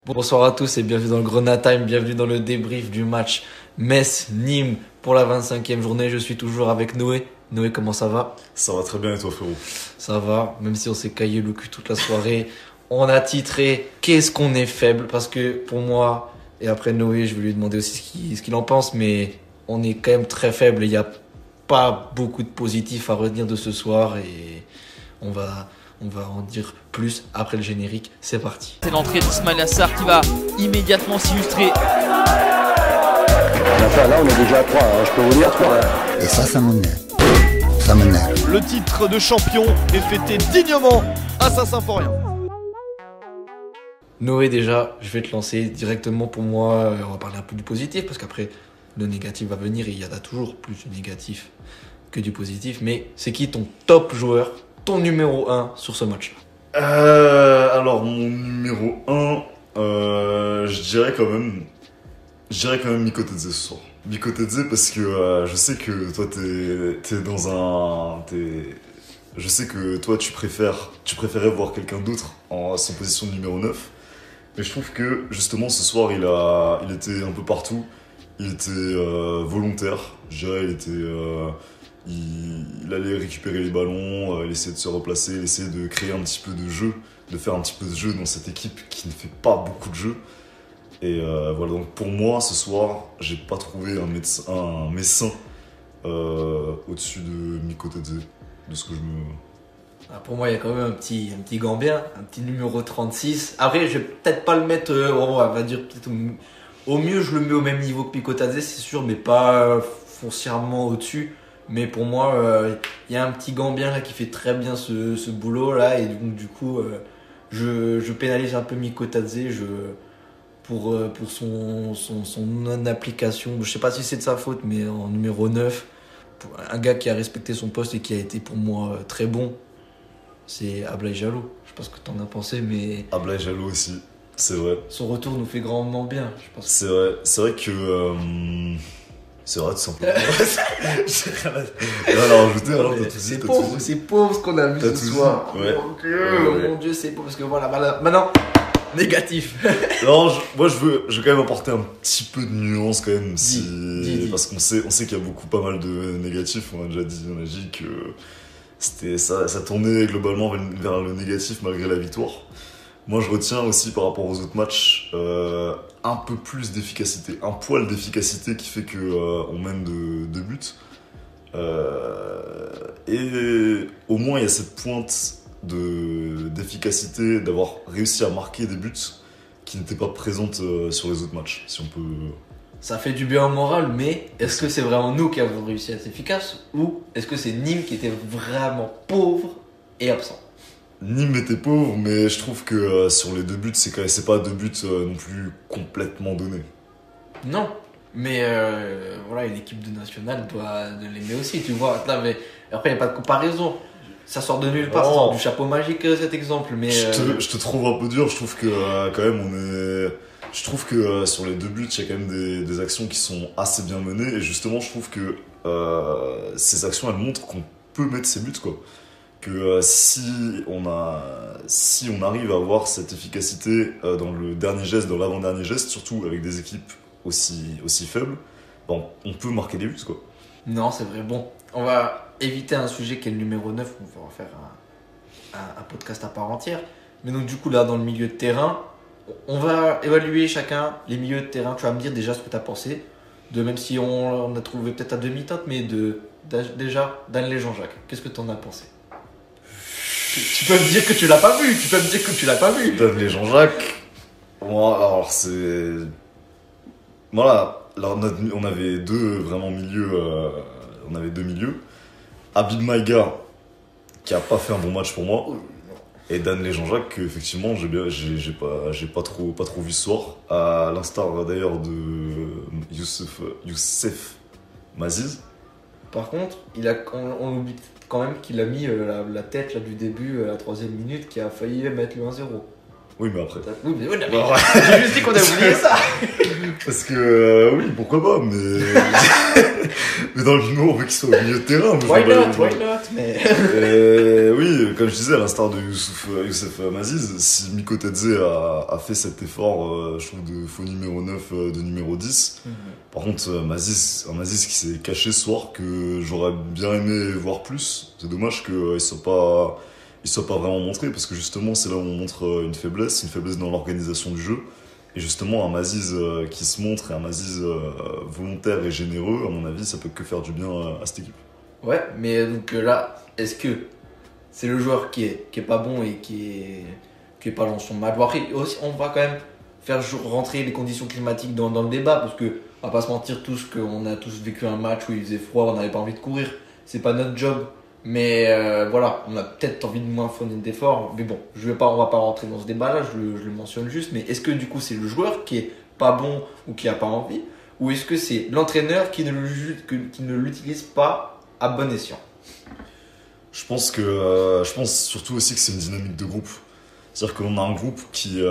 Bonsoir à tous et bienvenue dans le Grenat Time, bienvenue dans le débrief du match Metz-Nîmes pour la 25e journée. Je suis toujours avec Noé. Noé, comment ça va ? Ça va très bien et toi, frérot ? Ça va, même si on s'est caillé le cul toute la soirée. On a titré « Qu'est-ce qu'on est faible ?» Parce que pour moi, et après Noé, je vais lui demander aussi ce qu'il en pense, mais on est quand même très faible et il n'y a pas beaucoup de positifs à retenir de ce soir et on va en dire plus après le générique. C'est parti. C'est l'entrée d'Ismail Assar qui va immédiatement s'illustrer. Enfin, là, on est déjà à 3, je peux vous dire 3. Et ça m'énerve. Ça m'énerve. Le titre de champion est fêté dignement à Saint-Symphorien. Noé, déjà, je vais te lancer directement. Pour moi, on va parler un peu du positif parce qu'après, le négatif va venir et il y en a toujours plus du négatif que du positif. Mais c'est qui ton top joueur, ton numéro 1 sur ce match ? Alors, mon numéro 1, je dirais quand même Miko Tedze ce soir. Miko Tedze parce que je sais que toi, t'es dans un... Je sais que toi, tu préférais voir quelqu'un d'autre en son position de numéro 9. Mais je trouve que, justement, ce soir, il était un peu partout. Il était volontaire. Je dirais, il allait récupérer les ballons, il essayait de se replacer, il essayait de créer un petit peu de jeu, de faire un petit peu de jeu dans cette équipe qui ne fait pas beaucoup de jeu. Et voilà, donc pour moi, ce soir, j'ai pas trouvé un Messin au-dessus de Miko Tedze, de ce que je me... Pour moi, il y a quand même un petit Gambien, un petit numéro 36. Après, je vais peut-être pas le mettre, on va dire peut-être au mieux, je le mets au même niveau que Miko Tedze, c'est sûr, mais pas foncièrement au-dessus. Mais pour moi, il y a un petit Gambien là qui fait très bien ce boulot là, et donc du coup, je pénalise un peu Miko Tedze pour son non-application. Je sais pas si c'est de sa faute, mais en numéro 9, un gars qui a respecté son poste et qui a été pour moi très bon, c'est Ablaye Jallow. Je sais pas ce que t'en as pensé, mais... Ablaye Jallow aussi, c'est vrai. Son retour nous fait grandement bien, je pense. C'est vrai que... C'est vrai, tout simplement. J'ai rien à rajouter, alors t'as tout dit. C'est pauvre ce qu'on a vu ce soir. Ouais. Mon Dieu, c'est pauvre parce que voilà, maintenant, négatif. Non, moi je veux quand même apporter un petit peu de nuance quand même, Dis. parce qu'on sait qu'il y a pas mal de négatifs. On a dit que ça tournait globalement vers le négatif malgré la victoire. Moi je retiens aussi par rapport aux autres matchs un peu plus d'efficacité, un poil d'efficacité qui fait qu'on mène de buts. Et au moins il y a cette pointe d'efficacité, d'avoir réussi à marquer des buts qui n'étaient pas présentes sur les autres matchs, si on peut... Ça fait du bien au moral, mais est-ce que c'est vraiment nous qui avons réussi à être efficaces ou est-ce que c'est Nîmes qui était vraiment pauvre et absent ? Nîmes était pauvre, mais je trouve que sur les deux buts, c'est pas deux buts non plus complètement donnés. Non, mais voilà, une équipe de nationale doit l'aimer aussi, tu vois. Là, mais après, il n'y a pas de comparaison. Ça sort de nulle part, ça sort du chapeau magique cet exemple. Mais je te trouve un peu dur, je trouve que quand même Je trouve que sur les deux buts, il y a quand même des actions qui sont assez bien menées. Et justement, je trouve que ces actions, elles montrent qu'on peut mettre ces buts, quoi. Que si on arrive à avoir cette efficacité dans le dernier geste, dans l'avant-dernier geste, surtout avec des équipes aussi faibles, on peut marquer des buts, quoi. Non, c'est vrai. Bon, on va éviter un sujet qui est le numéro 9. On va faire un podcast à part entière. Mais donc, du coup, là, dans le milieu de terrain, on va évaluer chacun les milieux de terrain. Tu vas me dire déjà ce que tu as pensé. Même si on a trouvé peut-être à demi-teinte, mais déjà, Danley Jean-Jacques. Qu'est-ce que tu en as pensé ? Tu peux me dire que tu l'as pas vu. Danley Jean-Jacques, moi, alors c'est... Voilà, alors on avait deux vraiment milieux. On avait deux milieux. Habib Maïga, qui a pas fait un bon match pour moi. Et Danley Jean-Jacques, effectivement, j'ai pas trop vu ce soir. À l'instar d'ailleurs de Youssef Maziz. Par contre, on oublie quand même qu'il a mis la tête là, du début à la 3e minute qui a failli mettre le 1-0. Oui, mais après. Oui, mais j'ai juste dit qu'on a oublié ça. Parce que, oui, pourquoi pas, mais. Mais dans le numéro, on veut qu'il soit au milieu de terrain. Why not, mais. Oui, comme je disais, à l'instar de Youssef Maziz, si Miko Tadze a fait cet effort, je trouve, de faux numéro 9, de numéro 10. Par contre, Maziz qui s'est caché ce soir, que j'aurais bien aimé voir plus. C'est dommage qu'il soit pas vraiment montré, parce que justement, c'est là où on montre une faiblesse dans l'organisation du jeu. Et justement, un Maziz qui se montre et un Maziz volontaire et généreux, à mon avis, ça peut que faire du bien à cette équipe. Ouais, mais donc là, est-ce que c'est le joueur qui est pas bon et qui est pas dans son match? Bon, après, aussi, on va quand même faire rentrer les conditions climatiques dans le débat, parce que on va pas se mentir tous qu'on a tous vécu un match où il faisait froid, on n'avait pas envie de courir. C'est pas notre job, mais voilà, on a peut-être envie de moins fournir d'efforts. Mais bon, on va pas rentrer dans ce débat-là, je le mentionne juste. Mais est-ce que du coup c'est le joueur qui est pas bon ou qui a pas envie, ou est-ce que c'est l'entraîneur qui ne l'utilise pas à bon escient? Je pense surtout aussi que c'est une dynamique de groupe. C'est-à-dire qu'on a un groupe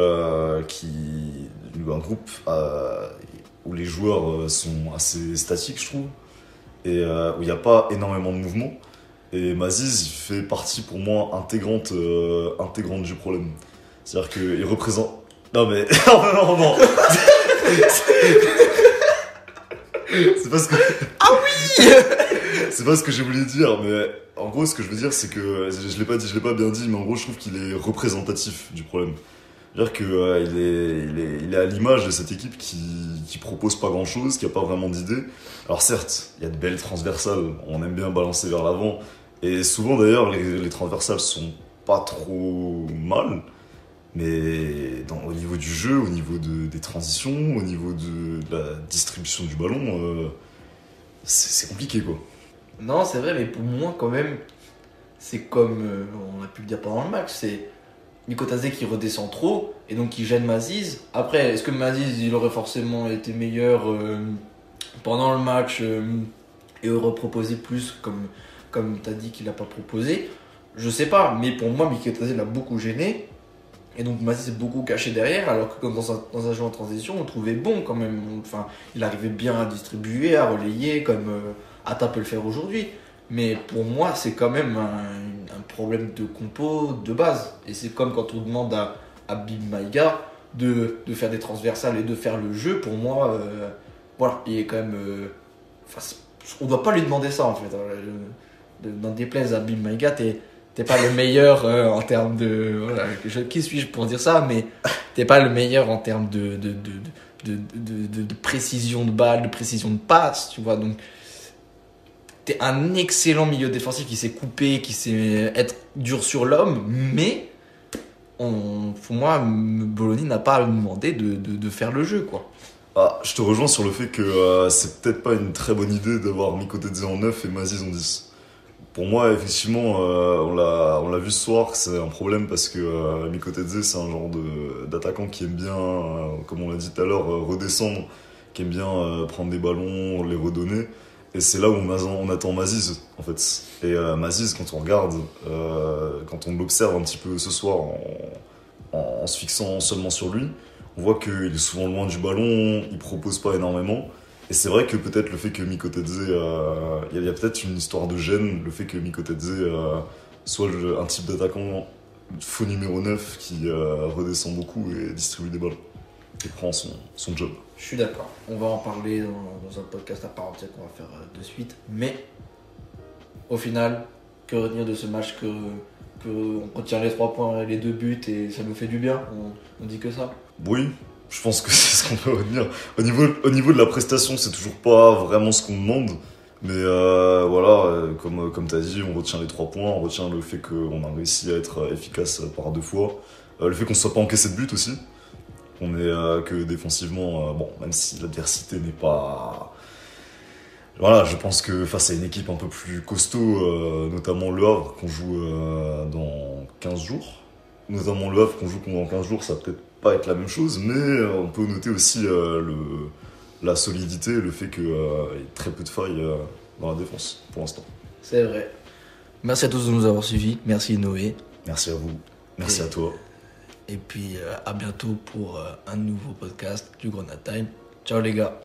où les joueurs sont assez statiques, je trouve, et où il n'y a pas énormément de mouvement. Et Maziz, il fait partie pour moi intégrante du problème. C'est-à-dire qu'il représente. Non mais non. C'est pas ce que. Ah oui. C'est pas ce que j'ai voulu dire, mais en gros, ce que je veux dire, c'est que je l'ai pas bien dit, mais en gros, je trouve qu'il est représentatif du problème. C'est-à-dire qu'il est à l'image de cette équipe qui propose pas grand-chose, qui a pas vraiment d'idées. Alors certes, il y a de belles transversales, on aime bien balancer vers l'avant, et souvent d'ailleurs, les transversales sont pas trop mal, mais au niveau du jeu, au niveau des transitions, au niveau de la distribution du ballon, c'est compliqué, quoi. Non, c'est vrai, mais pour moi, quand même, c'est comme on a pu le dire pendant le match, c'est Miko Tadze qui redescend trop et donc qui gêne Maziz. Après, est-ce que Maziz il aurait forcément été meilleur pendant le match et aurait proposé plus comme tu as dit qu'il n'a pas proposé? Je sais pas, mais pour moi, Miko Tadze l'a beaucoup gêné et donc Maziz est beaucoup caché derrière, alors que comme dans un jeu en transition, on le trouvait bon quand même. Enfin, il arrivait bien à distribuer, à relayer, comme Atta peut le faire aujourd'hui. Mais pour moi, c'est quand même un problème de compo de base. Et c'est comme quand on demande à Big Maïga de faire des transversales et de faire le jeu. Pour moi, voilà, il est quand même. On ne doit pas lui demander ça en fait. N'en déplaise à Big Maïga, t'es pas le meilleur en termes de. Voilà, qui suis-je pour dire ça? Mais t'es pas le meilleur en termes de précision de balle, de précision de passe, tu vois. Donc. T'es un excellent milieu défensif qui sait couper, qui sait être dur sur l'homme, mais pour moi, Bologna n'a pas à lui demander de faire le jeu, quoi. Ah, je te rejoins sur le fait que c'est peut-être pas une très bonne idée d'avoir Miko Tadze en 9 et Maziz en 10. Pour moi, effectivement, on l'a vu ce soir, c'est un problème parce que Miko Tadze, c'est un genre d'attaquant qui aime bien, comme on l'a dit tout à l'heure, redescendre, qui aime bien prendre des ballons, les redonner. Et c'est là où on attend Maziz, en fait. Et Maziz, quand on regarde, quand on l'observe un petit peu ce soir en se fixant seulement sur lui, on voit qu'il est souvent loin du ballon, il propose pas énormément. Et c'est vrai que peut-être le fait que Miko Tadze, il y a peut-être une histoire de gêne, le fait que Miko Tadze soit un type d'attaquant faux numéro 9 qui redescend beaucoup et distribue des balles et prend son job. Je suis d'accord. On va en parler dans un podcast à part entière qu'on va faire de suite. Mais au final, que retenir de ce match? Que on retient les 3 points et les 2 buts et ça nous fait du bien? On dit que ça? Oui, je pense que c'est ce qu'on peut retenir. Au niveau de la prestation, c'est toujours pas vraiment ce qu'on demande. Mais voilà, comme tu as dit, on retient les 3 points, on retient le fait qu'on a réussi à être efficace par 2 fois. Le fait qu'on ne soit pas encaissé de but aussi. On est que défensivement, bon, même si l'adversité n'est pas. Voilà, je pense que face à une équipe un peu plus costaud, notamment Le Havre, qu'on joue dans 15 jours. Notamment Le Havre, qu'on joue dans 15 jours, ça va peut-être pas être la même chose, mais on peut noter aussi la solidité, le fait qu'il y ait très peu de failles dans la défense, pour l'instant. C'est vrai. Merci à tous de nous avoir suivis. Merci Noé. Merci à vous. Merci à toi. Et puis à bientôt pour un nouveau podcast du Grenade Time. Ciao les gars.